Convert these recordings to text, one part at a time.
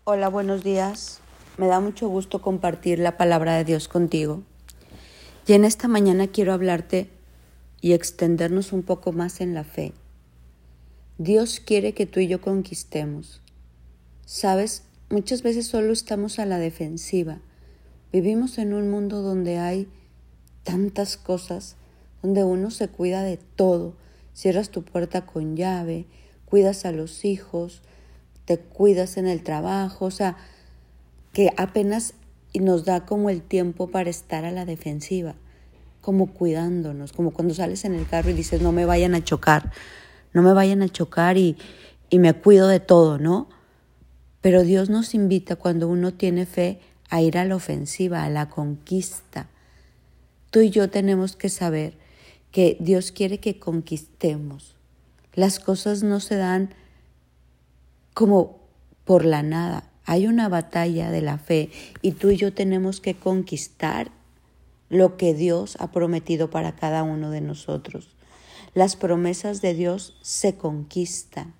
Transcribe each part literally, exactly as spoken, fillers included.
Hola, buenos días. Me da mucho gusto compartir la palabra de Dios contigo. Y en esta mañana quiero hablarte y extendernos un poco más en la fe. Dios quiere que tú y yo conquistemos. Sabes, muchas veces solo estamos a la defensiva. Vivimos en un mundo donde hay tantas cosas, donde uno se cuida de todo. Cierras tu puerta con llave, cuidas a los hijos, te cuidas en el trabajo, o sea, que apenas nos da como el tiempo para estar a la defensiva, como cuidándonos, como cuando sales en el carro y dices, no me vayan a chocar, no me vayan a chocar y, y me cuido de todo, ¿no? Pero Dios nos invita cuando uno tiene fe a ir a la ofensiva, a la conquista. Tú y yo tenemos que saber que Dios quiere que conquistemos. Las cosas no se dan como por la nada. Hay una batalla de la fe y tú y yo tenemos que conquistar lo que Dios ha prometido para cada uno de nosotros. Las promesas de Dios se conquistan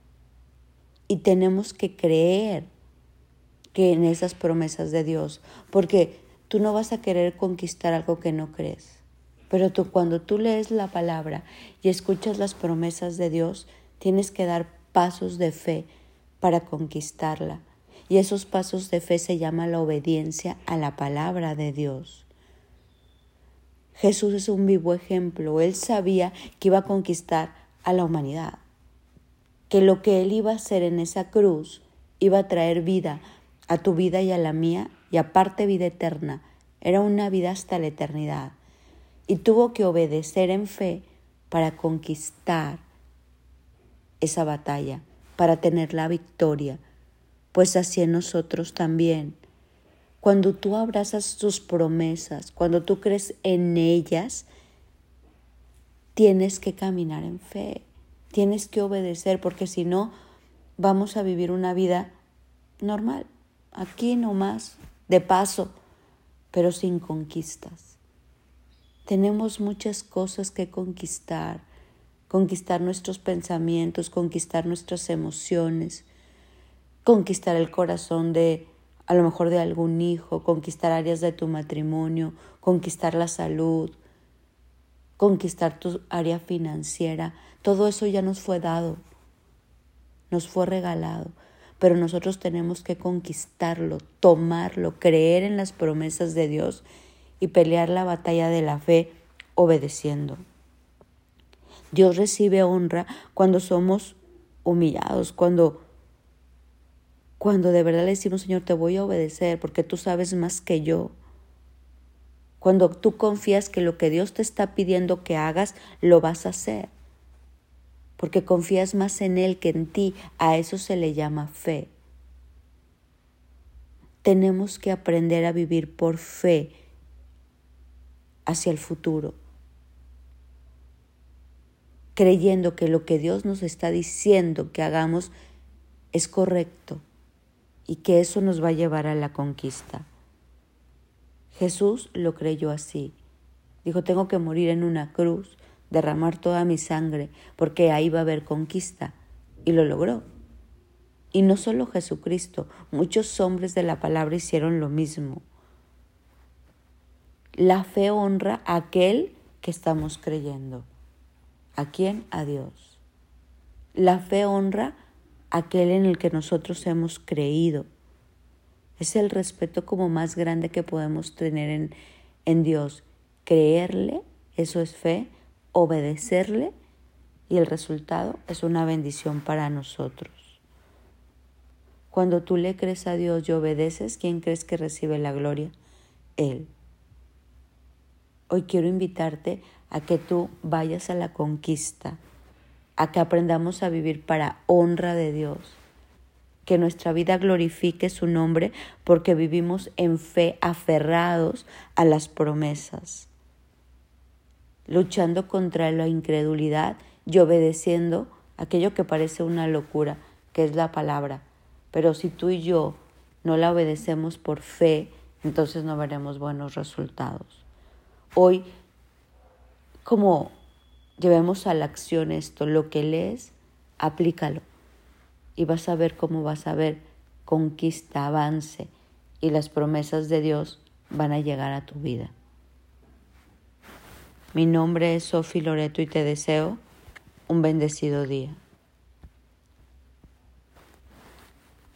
y tenemos que creer que en esas promesas de Dios, porque tú no vas a querer conquistar algo que no crees. Pero tú, cuando tú lees la palabra y escuchas las promesas de Dios, tienes que dar pasos de fe para conquistarla. Y esos pasos de fe se llama la obediencia a la palabra de Dios. Jesús es un vivo ejemplo. Él sabía que iba a conquistar a la humanidad, que lo que Él iba a hacer en esa cruz iba a traer vida a tu vida y a la mía, y aparte vida eterna. Era una vida hasta la eternidad. Y tuvo que obedecer en fe para conquistar esa batalla, para tener la victoria. Pues así en nosotros también. Cuando tú abrazas sus promesas, cuando tú crees en ellas, tienes que caminar en fe, tienes que obedecer, porque si no, vamos a vivir una vida normal, aquí nomás, de paso, pero sin conquistas. Tenemos muchas cosas que conquistar, conquistar nuestros pensamientos, conquistar nuestras emociones, conquistar el corazón de, a lo mejor de algún hijo, conquistar áreas de tu matrimonio, conquistar la salud, conquistar tu área financiera. Todo eso ya nos fue dado, nos fue regalado, pero nosotros tenemos que conquistarlo, tomarlo, creer en las promesas de Dios y pelear la batalla de la fe obedeciendo. Dios recibe honra cuando somos humillados, cuando Cuando de verdad le decimos, Señor, te voy a obedecer porque tú sabes más que yo. Cuando tú confías que lo que Dios te está pidiendo que hagas, lo vas a hacer. Porque confías más en Él que en ti. A eso se le llama fe. Tenemos que aprender a vivir por fe hacia el futuro, creyendo que lo que Dios nos está diciendo que hagamos es correcto. Y que eso nos va a llevar a la conquista. Jesús lo creyó así. Dijo, tengo que morir en una cruz, derramar toda mi sangre, porque ahí va a haber conquista. Y lo logró. Y no solo Jesucristo, muchos hombres de la palabra hicieron lo mismo. La fe honra a aquel que estamos creyendo. ¿A quién? A Dios. La fe honra aquel en el que nosotros hemos creído. Es el respeto como más grande que podemos tener en, en Dios. Creerle, eso es fe, obedecerle, y el resultado es una bendición para nosotros. Cuando tú le crees a Dios y obedeces, ¿quién crees que recibe la gloria? Él. Hoy quiero invitarte a que tú vayas a la conquista, a que aprendamos a vivir para honra de Dios, que nuestra vida glorifique su nombre porque vivimos en fe, aferrados a las promesas, luchando contra la incredulidad y obedeciendo aquello que parece una locura, que es la palabra. Pero si tú y yo no la obedecemos por fe, entonces no veremos buenos resultados. Hoy, como llevemos a la acción esto, lo que lees, aplícalo y vas a ver cómo vas a ver conquista, avance y las promesas de Dios van a llegar a tu vida. Mi nombre es Sofi Loreto y te deseo un bendecido día.